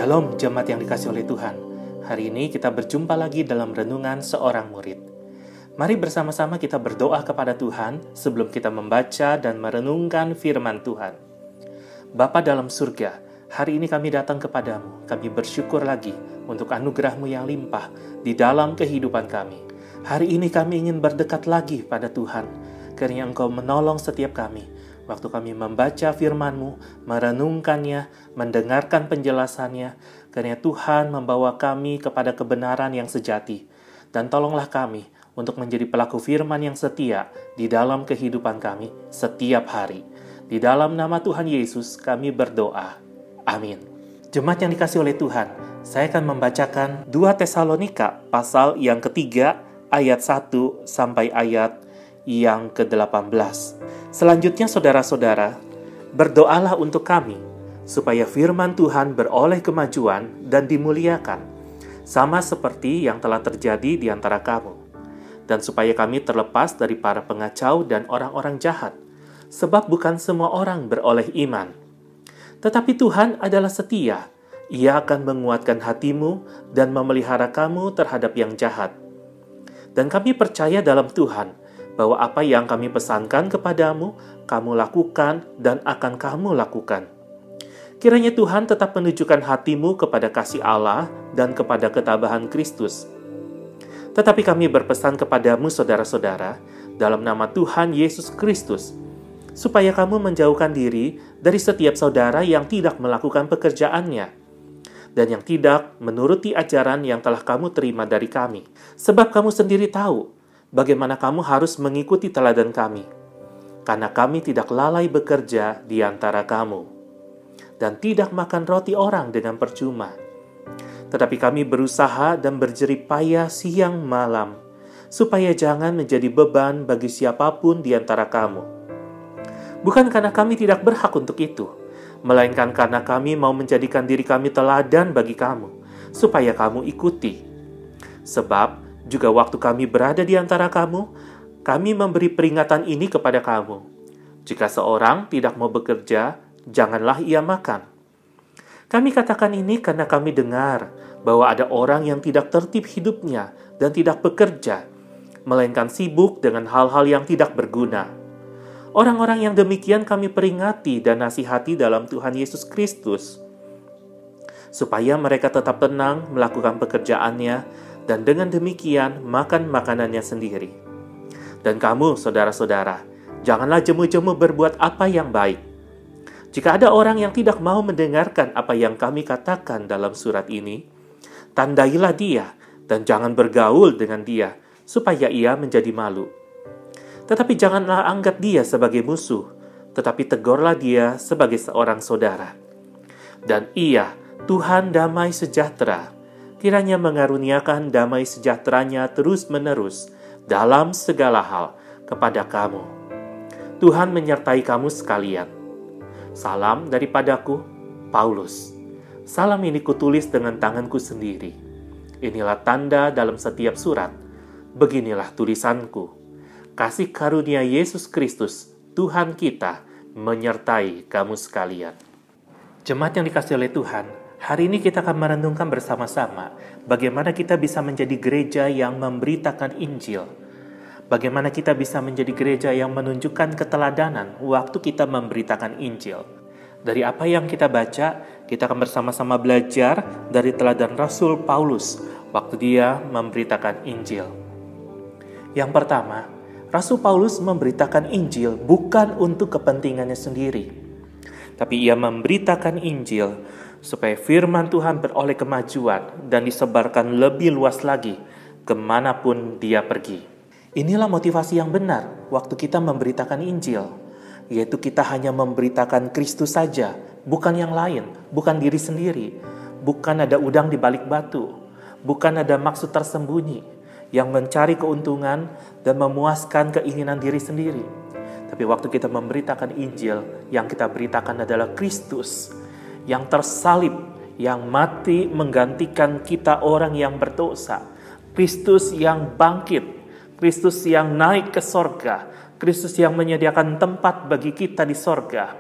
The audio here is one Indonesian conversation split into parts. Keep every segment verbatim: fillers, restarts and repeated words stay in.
Shalom jemaat yang dikasih oleh Tuhan. Hari ini kita berjumpa lagi dalam renungan seorang murid. Mari bersama-sama kita berdoa kepada Tuhan sebelum kita membaca dan merenungkan firman Tuhan. Bapa dalam surga, hari ini kami datang kepadamu. Kami bersyukur lagi untuk anugerah-Mu yang limpah di dalam kehidupan kami. Hari ini kami ingin berdekat lagi pada Tuhan, kiranya Engkau menolong setiap kami. Waktu kami membaca firman-Mu, merenungkannya, mendengarkan penjelasannya, kiranya Tuhan membawa kami kepada kebenaran yang sejati. Dan tolonglah kami untuk menjadi pelaku firman yang setia di dalam kehidupan kami setiap hari. Di dalam nama Tuhan Yesus kami berdoa. Amin. Jemaat yang dikasih oleh Tuhan, saya akan membacakan dua Tesalonika pasal yang ketiga ayat satu sampai ayat yang ke-delapan belas. Selanjutnya saudara-saudara, berdoalah untuk kami, supaya firman Tuhan beroleh kemajuan dan dimuliakan, sama seperti yang telah terjadi di antara kamu. Dan supaya kami terlepas dari para pengacau dan orang-orang jahat, sebab bukan semua orang beroleh iman. Tetapi Tuhan adalah setia, Ia akan menguatkan hatimu dan memelihara kamu terhadap yang jahat. Dan kami percaya dalam Tuhan, bahwa apa yang kami pesankan kepadamu, kamu lakukan dan akan kamu lakukan. Kiranya Tuhan tetap menunjukkan hatimu kepada kasih Allah dan kepada ketabahan Kristus. Tetapi kami berpesan kepadamu saudara-saudara, dalam nama Tuhan Yesus Kristus, supaya kamu menjauhkan diri dari setiap saudara yang tidak melakukan pekerjaannya, dan yang tidak menuruti ajaran yang telah kamu terima dari kami. Sebab kamu sendiri tahu, bagaimana kamu harus mengikuti teladan kami, karena kami tidak lalai bekerja di antara kamu, dan tidak makan roti orang dengan percuma. Tetapi kami berusaha dan berjerih payah siang malam, supaya jangan menjadi beban bagi siapapun di antara kamu. Bukan karena kami tidak berhak untuk itu, melainkan karena kami mau menjadikan diri kami teladan bagi kamu, supaya kamu ikuti. Sebab juga waktu kami berada di antara kamu, kami memberi peringatan ini kepada kamu. Jika seorang tidak mau bekerja, janganlah ia makan. Kami katakan ini karena kami dengar bahwa ada orang yang tidak tertib hidupnya dan tidak bekerja, melainkan sibuk dengan hal-hal yang tidak berguna. Orang-orang yang demikian kami peringati dan nasihati dalam Tuhan Yesus Kristus, supaya mereka tetap tenang melakukan pekerjaannya, dan dengan demikian makan makanannya sendiri. Dan kamu, saudara-saudara, janganlah jemu-jemu berbuat apa yang baik. Jika ada orang yang tidak mau mendengarkan apa yang kami katakan dalam surat ini, tandailah dia dan jangan bergaul dengan dia, supaya ia menjadi malu. Tetapi janganlah anggap dia sebagai musuh, tetapi tegurlah dia sebagai seorang saudara. Dan ia, Tuhan damai sejahtera, kiranya mengaruniakan damai sejahteranya terus-menerus dalam segala hal kepada kamu. Tuhan menyertai kamu sekalian. Salam daripadaku, Paulus. Salam ini kutulis dengan tanganku sendiri. Inilah tanda dalam setiap surat. Beginilah tulisanku. Kasih karunia Yesus Kristus, Tuhan kita, menyertai kamu sekalian. Jemaat yang dikasihi oleh Tuhan, hari ini kita akan merenungkan bersama-sama bagaimana kita bisa menjadi gereja yang memberitakan Injil. Bagaimana kita bisa menjadi gereja yang menunjukkan keteladanan waktu kita memberitakan Injil. Dari apa yang kita baca, kita akan bersama-sama belajar dari teladan Rasul Paulus waktu dia memberitakan Injil. Yang pertama, Rasul Paulus memberitakan Injil bukan untuk kepentingannya sendiri, tapi ia memberitakan Injil supaya firman Tuhan beroleh kemajuan dan disebarkan lebih luas lagi kemanapun dia pergi. Inilah motivasi yang benar waktu kita memberitakan Injil, yaitu kita hanya memberitakan Kristus saja, bukan yang lain, bukan diri sendiri, bukan ada udang di balik batu, bukan ada maksud tersembunyi yang mencari keuntungan dan memuaskan keinginan diri sendiri. Tapi waktu kita memberitakan Injil, yang kita beritakan adalah Kristus yang tersalib, yang mati menggantikan kita orang yang berdosa. Kristus yang bangkit, Kristus yang naik ke sorga, Kristus yang menyediakan tempat bagi kita di sorga,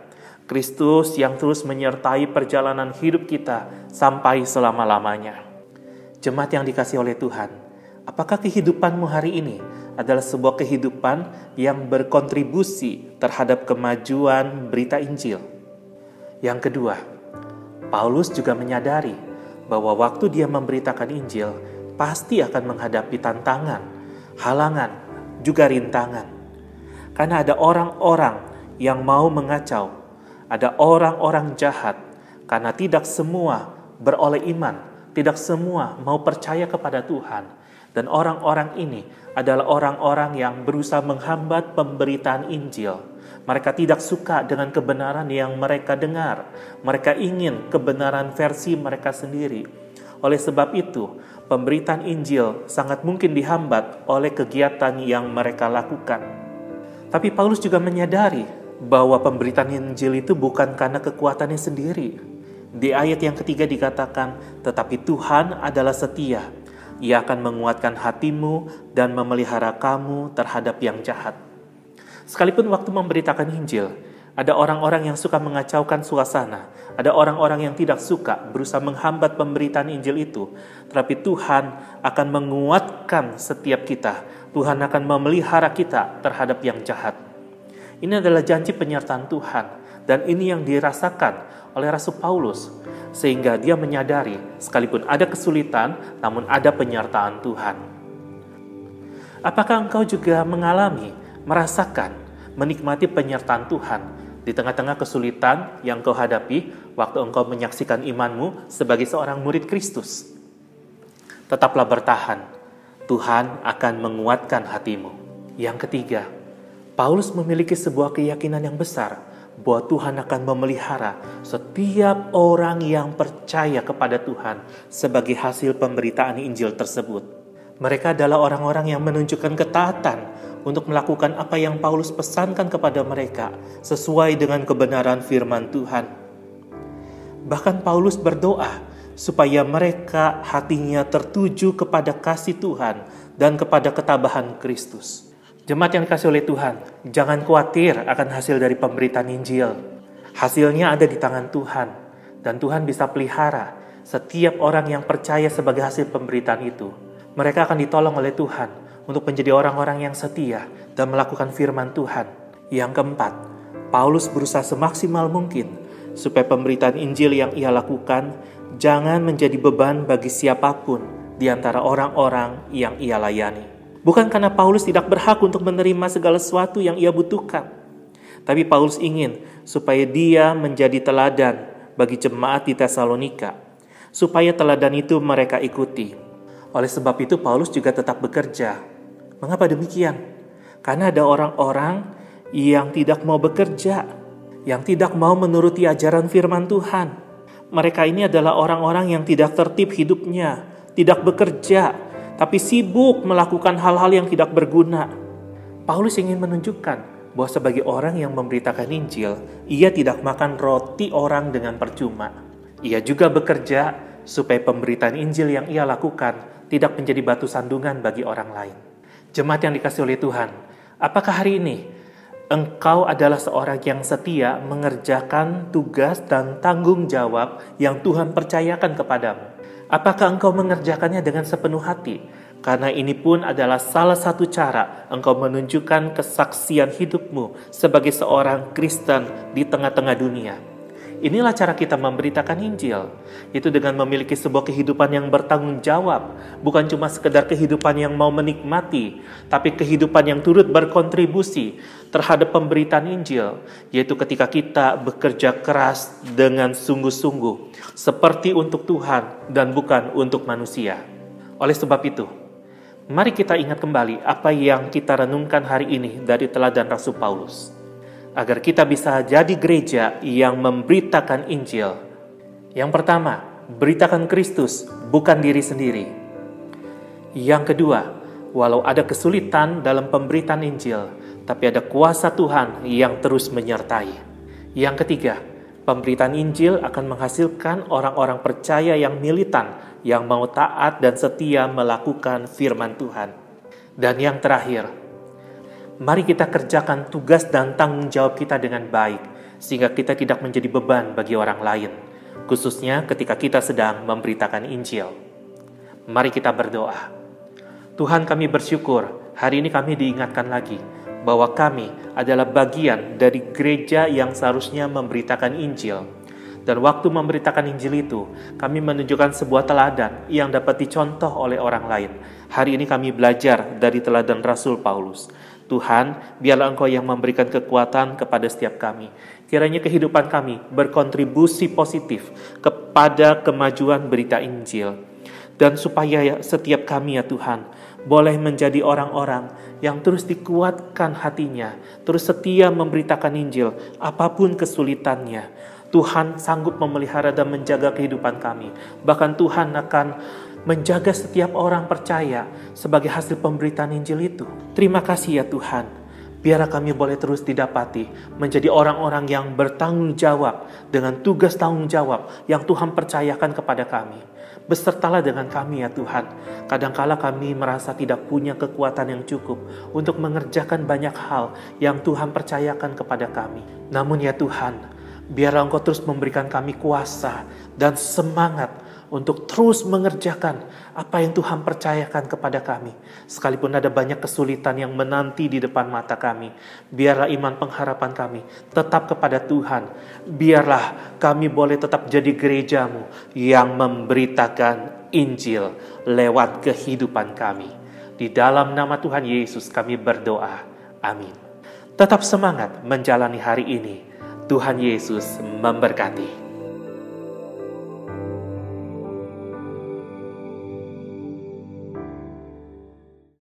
Kristus yang terus menyertai perjalanan hidup kita sampai selama-lamanya. Jemaat yang dikasihi oleh Tuhan, apakah kehidupanmu hari ini adalah sebuah kehidupan yang berkontribusi terhadap kemajuan berita Injil? Yang kedua, Paulus juga menyadari bahwa waktu dia memberitakan Injil, pasti akan menghadapi tantangan, halangan, juga rintangan. Karena ada orang-orang yang mau mengacau, ada orang-orang jahat, karena tidak semua beroleh iman, tidak semua mau percaya kepada Tuhan. Dan orang-orang ini adalah orang-orang yang berusaha menghambat pemberitaan Injil. Mereka tidak suka dengan kebenaran yang mereka dengar. Mereka ingin kebenaran versi mereka sendiri. Oleh sebab itu, pemberitaan Injil sangat mungkin dihambat oleh kegiatan yang mereka lakukan. Tapi Paulus juga menyadari bahwa pemberitaan Injil itu bukan karena kekuatannya sendiri. Di ayat yang ketiga dikatakan, tetapi Tuhan adalah setia. Ia akan menguatkan hatimu dan memelihara kamu terhadap yang jahat. Sekalipun waktu memberitakan Injil, ada orang-orang yang suka mengacaukan suasana, ada orang-orang yang tidak suka berusaha menghambat pemberitaan Injil itu, tetapi Tuhan akan menguatkan setiap kita. Tuhan akan memelihara kita terhadap yang jahat. Ini adalah janji penyertaan Tuhan, dan ini yang dirasakan oleh Rasul Paulus, sehingga dia menyadari sekalipun ada kesulitan, namun ada penyertaan Tuhan. Apakah engkau juga mengalami, merasakan, menikmati penyertaan Tuhan di tengah-tengah kesulitan yang kau hadapi waktu engkau menyaksikan imanmu sebagai seorang murid Kristus? Tetaplah bertahan, Tuhan akan menguatkan hatimu. Yang ketiga, Paulus memiliki sebuah keyakinan yang besar bahwa Tuhan akan memelihara setiap orang yang percaya kepada Tuhan sebagai hasil pemberitaan Injil tersebut. Mereka adalah orang-orang yang menunjukkan ketaatan untuk melakukan apa yang Paulus pesankan kepada mereka sesuai dengan kebenaran firman Tuhan. Bahkan Paulus berdoa supaya mereka hatinya tertuju kepada kasih Tuhan dan kepada ketabahan Kristus. Jemaat yang dikasihi oleh Tuhan, jangan khawatir akan hasil dari pemberitaan Injil. Hasilnya ada di tangan Tuhan, dan Tuhan bisa pelihara setiap orang yang percaya sebagai hasil pemberitaan itu. Mereka akan ditolong oleh Tuhan untuk menjadi orang-orang yang setia dan melakukan firman Tuhan. Yang keempat, Paulus berusaha semaksimal mungkin supaya pemberitaan Injil yang ia lakukan jangan menjadi beban bagi siapapun di antara orang-orang yang ia layani. Bukan karena Paulus tidak berhak untuk menerima segala sesuatu yang ia butuhkan, tapi Paulus ingin supaya dia menjadi teladan bagi jemaat di Tesalonika, supaya teladan itu mereka ikuti. Oleh sebab itu Paulus juga tetap bekerja. Mengapa demikian? Karena ada orang-orang yang tidak mau bekerja, yang tidak mau menuruti ajaran firman Tuhan. Mereka ini adalah orang-orang yang tidak tertib hidupnya, tidak bekerja, tapi sibuk melakukan hal-hal yang tidak berguna. Paulus ingin menunjukkan bahwa sebagai orang yang memberitakan Injil, ia tidak makan roti orang dengan percuma. Ia juga bekerja supaya pemberitaan Injil yang ia lakukan tidak menjadi batu sandungan bagi orang lain. Jemaat yang dikasihi oleh Tuhan, apakah hari ini engkau adalah seorang yang setia mengerjakan tugas dan tanggung jawab yang Tuhan percayakan kepadamu? Apakah engkau mengerjakannya dengan sepenuh hati? Karena ini pun adalah salah satu cara engkau menunjukkan kesaksian hidupmu sebagai seorang Kristen di tengah-tengah dunia. Inilah cara kita memberitakan Injil, yaitu dengan memiliki sebuah kehidupan yang bertanggung jawab, bukan cuma sekedar kehidupan yang mau menikmati, tapi kehidupan yang turut berkontribusi terhadap pemberitaan Injil, yaitu ketika kita bekerja keras dengan sungguh-sungguh, seperti untuk Tuhan dan bukan untuk manusia. Oleh sebab itu, mari kita ingat kembali apa yang kita renungkan hari ini dari teladan Rasul Paulus, agar kita bisa jadi gereja yang memberitakan Injil. Yang pertama, beritakan Kristus, bukan diri sendiri. Yang kedua, walau ada kesulitan dalam pemberitaan Injil, tapi ada kuasa Tuhan yang terus menyertai. Yang ketiga, pemberitaan Injil akan menghasilkan orang-orang percaya yang militan, yang mau taat dan setia melakukan firman Tuhan. Dan yang terakhir, mari kita kerjakan tugas dan tanggung jawab kita dengan baik, sehingga kita tidak menjadi beban bagi orang lain, khususnya ketika kita sedang memberitakan Injil. Mari kita berdoa. Tuhan, kami bersyukur hari ini kami diingatkan lagi bahwa kami adalah bagian dari gereja yang seharusnya memberitakan Injil. Dan waktu memberitakan Injil itu, kami menunjukkan sebuah teladan yang dapat dicontoh oleh orang lain. Hari ini kami belajar dari teladan Rasul Paulus. Tuhan, biarlah Engkau yang memberikan kekuatan kepada setiap kami. Kiranya kehidupan kami berkontribusi positif kepada kemajuan berita Injil. Dan supaya setiap kami ya Tuhan, boleh menjadi orang-orang yang terus dikuatkan hatinya, terus setia memberitakan Injil, apapun kesulitannya. Tuhan sanggup memelihara dan menjaga kehidupan kami. Bahkan Tuhan akan menjaga setiap orang percaya sebagai hasil pemberitaan Injil itu. Terima kasih ya Tuhan. Biarlah kami boleh terus didapati menjadi orang-orang yang bertanggung jawab dengan tugas tanggung jawab yang Tuhan percayakan kepada kami. Besertalah dengan kami ya Tuhan. Kadangkala kami merasa tidak punya kekuatan yang cukup untuk mengerjakan banyak hal yang Tuhan percayakan kepada kami. Namun ya Tuhan, biarlah Engkau terus memberikan kami kuasa dan semangat untuk terus mengerjakan apa yang Tuhan percayakan kepada kami. Sekalipun ada banyak kesulitan yang menanti di depan mata kami, biarlah iman pengharapan kami tetap kepada Tuhan. Biarlah kami boleh tetap jadi gereja-Mu yang memberitakan Injil lewat kehidupan kami. Di dalam nama Tuhan Yesus kami berdoa. Amin. Tetap semangat menjalani hari ini. Tuhan Yesus memberkati.